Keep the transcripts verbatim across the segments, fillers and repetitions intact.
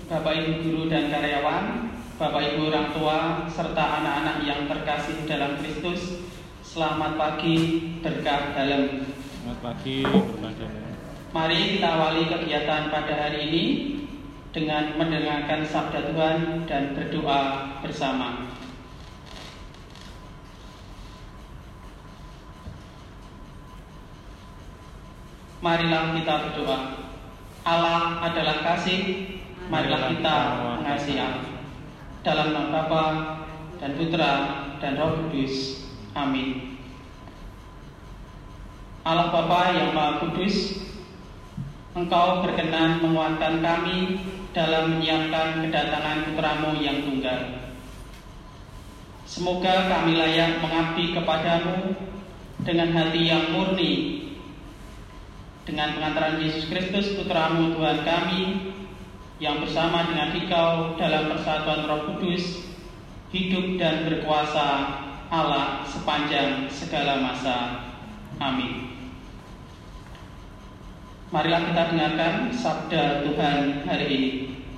Bapak Ibu guru dan karyawan, Bapak Ibu orang tua, serta anak-anak yang terkasih dalam Kristus, selamat pagi berkah dalam. Selamat pagi berkah dalam. Mari kita awali kegiatan pada hari ini dengan mendengarkan sabda Tuhan dan berdoa bersama. Marilah kita berdoa. Allah adalah kasih, marilah kita mengasihi Allah. Dalam nama Bapa dan Putra dan Roh Kudus. Amin. Allah Bapa yang Maha Kudus, Engkau berkenan menguatkan kami dalam menyiapkan kedatangan Putra-Mu yang tunggal. Semoga kami layak mengabdi kepadamu dengan hati yang murni, dengan pengantaran Yesus Kristus Putra-Mu Tuhan kami, yang bersama dengan Dikau dalam persatuan Roh Kudus, hidup dan berkuasa Allah sepanjang segala masa. Amin. Marilah kita dengarkan sabda Tuhan hari ini.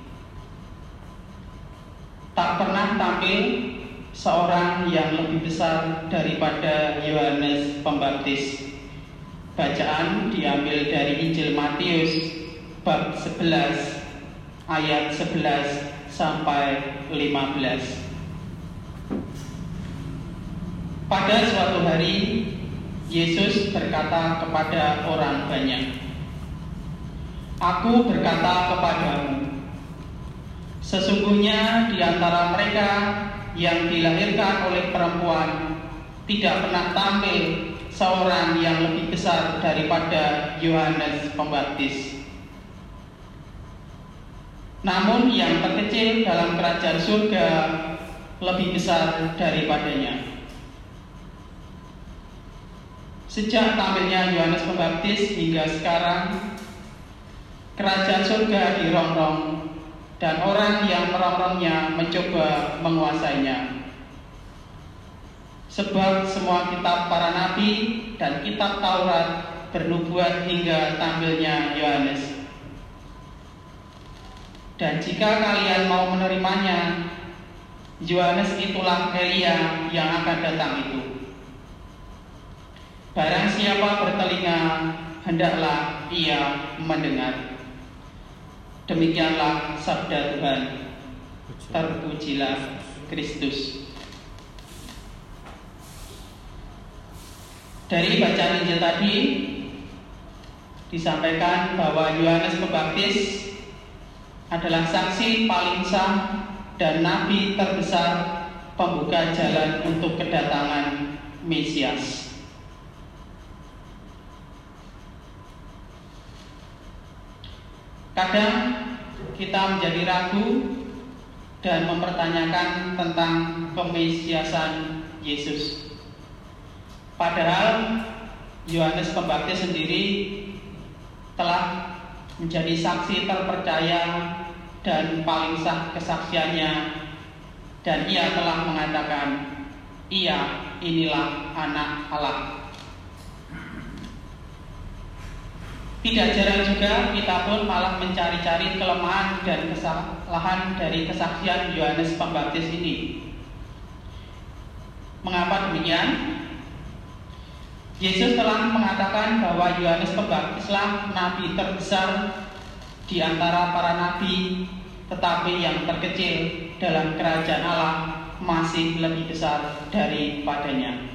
Tak pernah tampil seorang yang lebih besar daripada Yohanes Pembaptis. Bacaan diambil dari Injil Matius bab sebelas ayat sebelas sampai lima belas. Pada suatu hari Yesus berkata kepada orang banyak, "Aku berkata kepadamu, sesungguhnya di antara mereka yang dilahirkan oleh perempuan tidak pernah tampil seorang yang lebih besar daripada Yohanes Pembaptis. Namun yang terkecil dalam kerajaan surga lebih besar daripadanya." Sejak tampilnya Yohanes Pembaptis hingga sekarang, kerajaan surga dirongrong dan orang yang merongrongnya mencoba menguasainya. Sebab semua kitab para nabi dan kitab Taurat bernubuat hingga tampilnya Yohanes. Dan jika kalian mau menerimanya, Yohanes itulah Elia yang akan datang itu. Barang siapa bertelinga, hendaklah ia mendengar. Demikianlah sabda Tuhan. Terpujilah Kristus. Dari bacaan Injil tadi disampaikan bahwa Yohanes Pembaptis adalah saksi paling sah dan nabi terbesar pembuka jalan untuk kedatangan Mesias. Kadang kita menjadi ragu dan mempertanyakan tentang kemesiasan Yesus. Padahal Yohanes Pembaptis sendiri telah menjadi saksi terpercaya dan paling sah kesaksiannya, dan ia telah mengatakan, "Ia inilah Anak Allah." Tidak jarang juga kita pun malah mencari-cari kelemahan dan kesalahan dari kesaksian Yohanes Pembaptis ini. Mengapa demikian? Yesus telah mengatakan bahwa Yohanes Pembaptislah nabi terbesar di antara para nabi, tetapi yang terkecil dalam kerajaan Allah masih lebih besar daripadanya.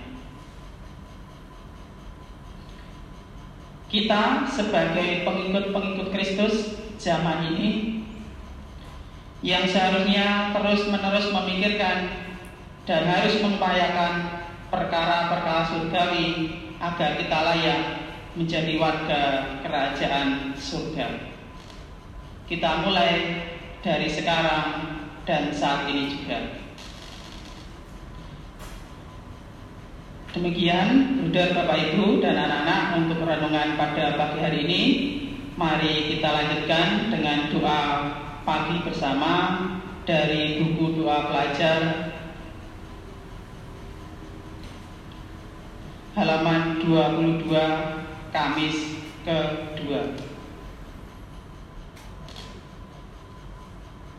Kita sebagai pengikut-pengikut Kristus zaman ini yang seharusnya terus-menerus memikirkan dan harus mengupayakan perkara-perkara surgawi agar kita layak menjadi warga kerajaan surga. Kita mulai dari sekarang dan saat ini juga. Demikian, Saudara, Bapak, Ibu, dan anak-anak untuk renungan pada pagi hari ini. Mari kita lanjutkan dengan doa pagi bersama dari buku doa pelajar halaman dua puluh dua, Kamis kedua.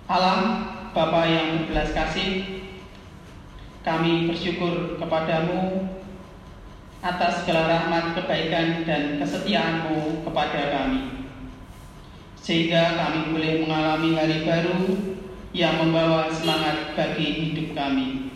Allah, Bapa yang berbelas kasih, kami bersyukur kepadamu atas segala rahmat, kebaikan, dan kesetiaan-Mu kepada kami, sehingga kami boleh mengalami hari baru yang membawa semangat bagi hidup kami.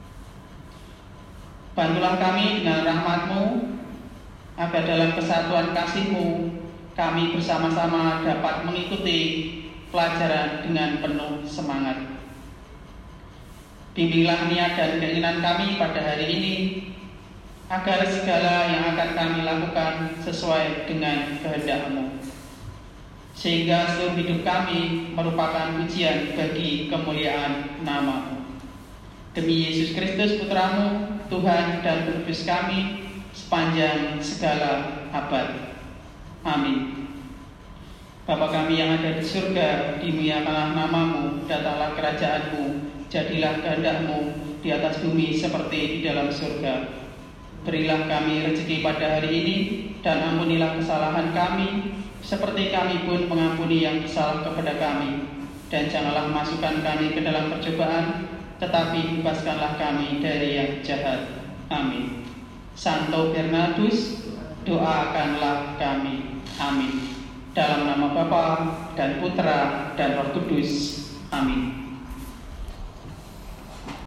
Bantulah kami dengan rahmat-Mu, agar dalam kesatuan kasih-Mu kami bersama-sama dapat mengikuti pelajaran dengan penuh semangat. Bimbinglah niat dan keinginan kami pada hari ini, agar segala yang akan kami lakukan sesuai dengan kehendak-Mu, sehingga seluruh hidup kami merupakan pujian bagi kemuliaan nama-Mu. Demi Yesus Kristus Putra-Mu, Tuhan dan Penebus kami, sepanjang segala abad. Amin. Bapa kami yang ada di surga, dimuliakanlah nama-Mu, datanglah kerajaan-Mu, jadilah kehendak-Mu di atas bumi seperti di dalam surga. Berilah kami rezeki pada hari ini, dan ampunilah kesalahan kami, seperti kami pun mengampuni yang bersalah kepada kami. Dan janganlah masukkan kami ke dalam percobaan, tetapi bebaskanlah kami dari yang jahat. Amin. Santo Bernardus, doakanlah kami. Amin. Dalam nama Bapa dan Putra dan Roh Kudus. Amin.